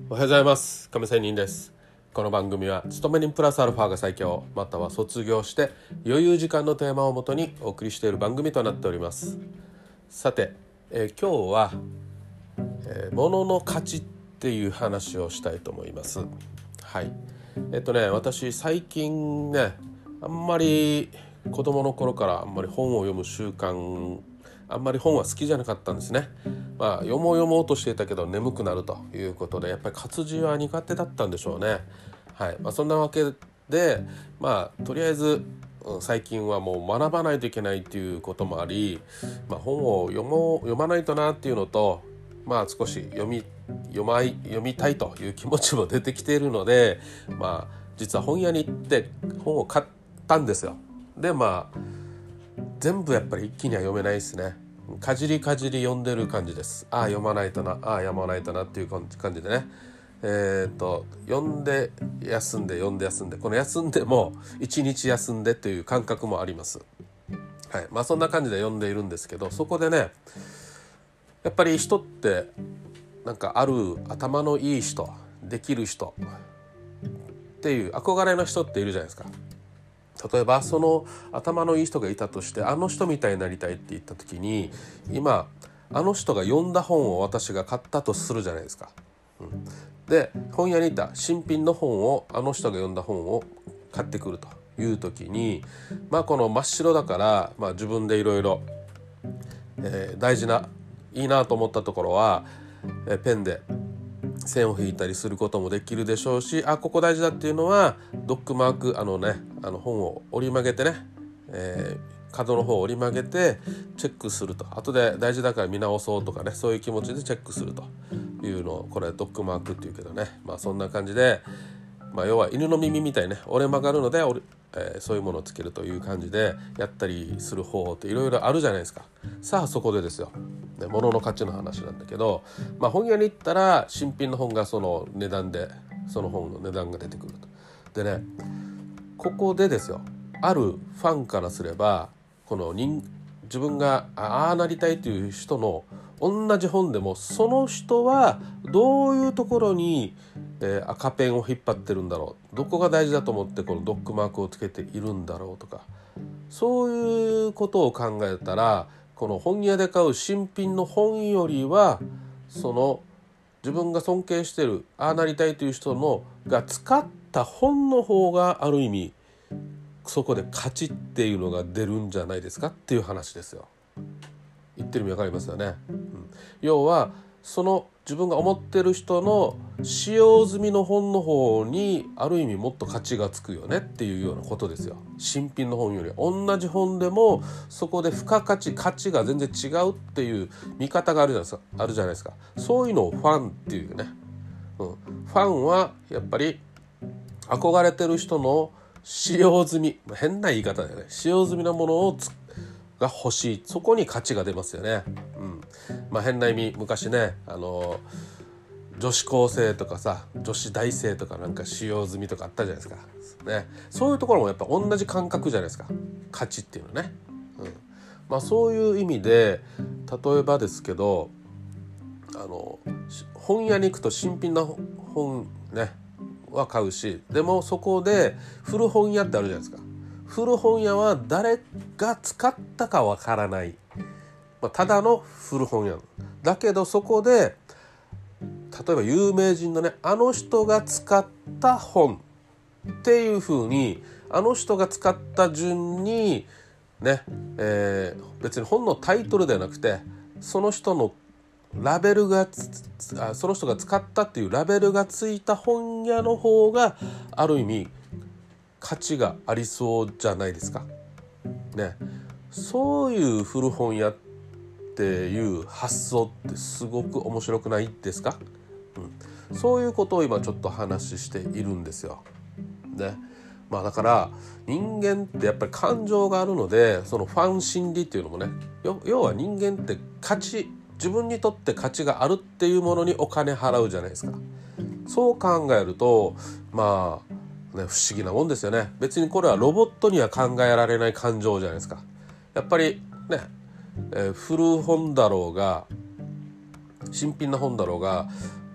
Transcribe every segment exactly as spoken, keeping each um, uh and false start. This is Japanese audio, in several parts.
おはようございます。亀仙人です。この番組は勤め人プラスアルファが最強、または卒業して余裕時間のテーマをもとにお送りしている番組となっております。さて、えー、今日は、えー、物の価値っていう話をしたいと思います。はいえっとね私最近ねあんまり子供の頃からあんまり本を読む習慣あんまり本は好きじゃなかったんですね。まあ読もう読もうとしていたけど眠くなるということでやっぱり活字は苦手だったんでしょうね。はいまあ、そんなわけでまあとりあえず最近はもう学ばないといけないっていうこともあり、まあ、本を読もう読まないとなっていうのとまあ少し読み読まい読みたいという気持ちも出てきているので、まあ実は本屋に行って本を買ったんですよ。でまあ全部やっぱり一気には読めないですね。かじりかじり読んでる感じです。ああ読まないとな、ああ読まないとなっていう感じでね。えー、っと読んで休んで読んで休んでこの休んでも一日休んでという感覚もあります。はいまあそんな感じで読んでいるんですけど、そこでねやっぱり人ってなんかある頭のいい人できる人っていう憧れの人っているじゃないですか。例えばその頭のいい人がいたとしてあの人みたいになりたいって言った時に今あの人が読んだ本を私が買ったとするじゃないですか。うん、で本屋にいた新品の本をあの人が読んだ本を買ってくるという時にまあこの真っ白だから、まあ、自分でいろいろ大事ないいなと思ったところは、えー、ペンで線を引いたりすることもできるでしょうし、あここ大事だっていうのはドックマークあのねあの本を折り曲げてね、えー、角の方を折り曲げてチェックすると、後で大事だから見直そうとかね、そういう気持ちでチェックするというのをこれドックマークっていうけどね、まあそんな感じで、まあ、要は犬の耳みたいにね折れ曲がるので折えー、そういうものをつけるという感じでやったりする方法っていろいろあるじゃないですか。さあそこでですよ、ね、物の価値の話なんだけど、まあ、本屋に行ったら新品の本がその値段でその本の値段が出てくると。でねここでですよ、あるファンからすればこの人自分がああなりたいという人の同じ本でもその人はどういうところに、えー、赤ペンを引っ張ってるんだろう、どこが大事だと思ってこのドックマークをつけているんだろうとか、そういうことを考えたらこの本屋で買う新品の本よりはその自分が尊敬してるああなりたいという人のが使った本の方がある意味そこで価値っていうのが出るんじゃないですかっていう話ですよ。言ってる意味わかりますよね。うん、要はその自分が思ってる人の使用済みの本の方にある意味もっと価値がつくよねっていうようなことですよ。新品の本より同じ本でもそこで付加価値価値が全然違うっていう見方があるじゃないですか。あるじゃないですか。そういうのをファンっていうね、うん、ファンはやっぱり憧れてる人の使用済み、変な言い方だよね、使用済みのものをつが欲しい、そこに価値が出ますよね。うんまあ、変な意味昔ねあの女子高生とかさ女子大生とかなんか使用済みとかあったじゃないですか、ね、そういうところもやっぱ同じ感覚じゃないですか、価値っていうのね。うんまあ、そういう意味で例えばですけどあの本屋に行くと新品の本ねは買うし、でもそこで古本屋ってあるじゃないですか。古本屋は誰が使ったかわからない、まあ、ただの古本屋だけどそこで例えば有名人のねあの人が使った本っていう風にあの人が使った順にね、えー、別に本のタイトルではなくてその人のラベルがあその人が使ったっていうラベルがついた本屋の方がある意味価値がありそうじゃないですかね。そういう古本屋っていう発想ってすごく面白くないですか、うん、そういうことを今ちょっと話しているんですよね。まあだから人間ってやっぱり感情があるのでそのファン心理っていうのもね、要は人間って価値自分にとって価値があるっていうものにお金払うじゃないですか。そう考えるとまあ、ね、不思議なもんですよね。別にこれはロボットには考えられない感情じゃないですか。やっぱりね、えー、古本だろうが新品の本だろうが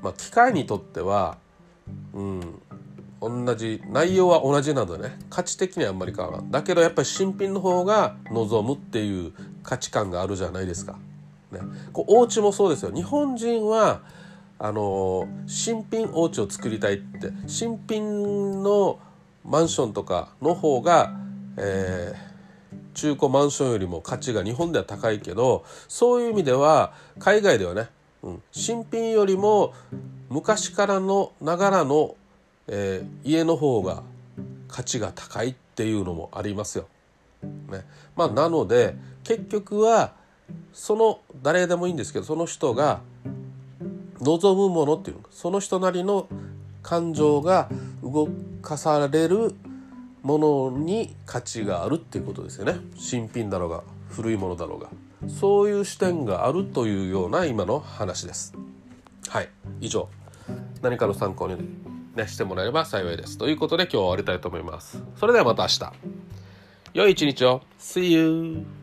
まあ、機械にとっては、うん、同じ内容は同じなのでね、価値的にはあんまり変わらん。だけどやっぱり新品の方が望むっていう価値観があるじゃないですか、ね、こうお家もそうですよ。日本人はあの新品お家を作りたいって、新品のマンションとかの方が、えー中古マンションよりも価値が日本では高いけど、そういう意味では海外ではね、うん、新品よりも昔からのながらの、えー、家の方が価値が高いっていうのもありますよ、ね。まあ、なので結局はその誰でもいいんですけど、その人が望むものっていうの、その人なりの感情が動かされるものに価値があるっていうことですよね。新品だろうが古いものだろうが、そういう視点があるというような今の話です。はい、以上。何かの参考に、ね、してもらえれば幸いです。ということで今日は終わりたいと思います。それではまた明日。良い一日を。See you!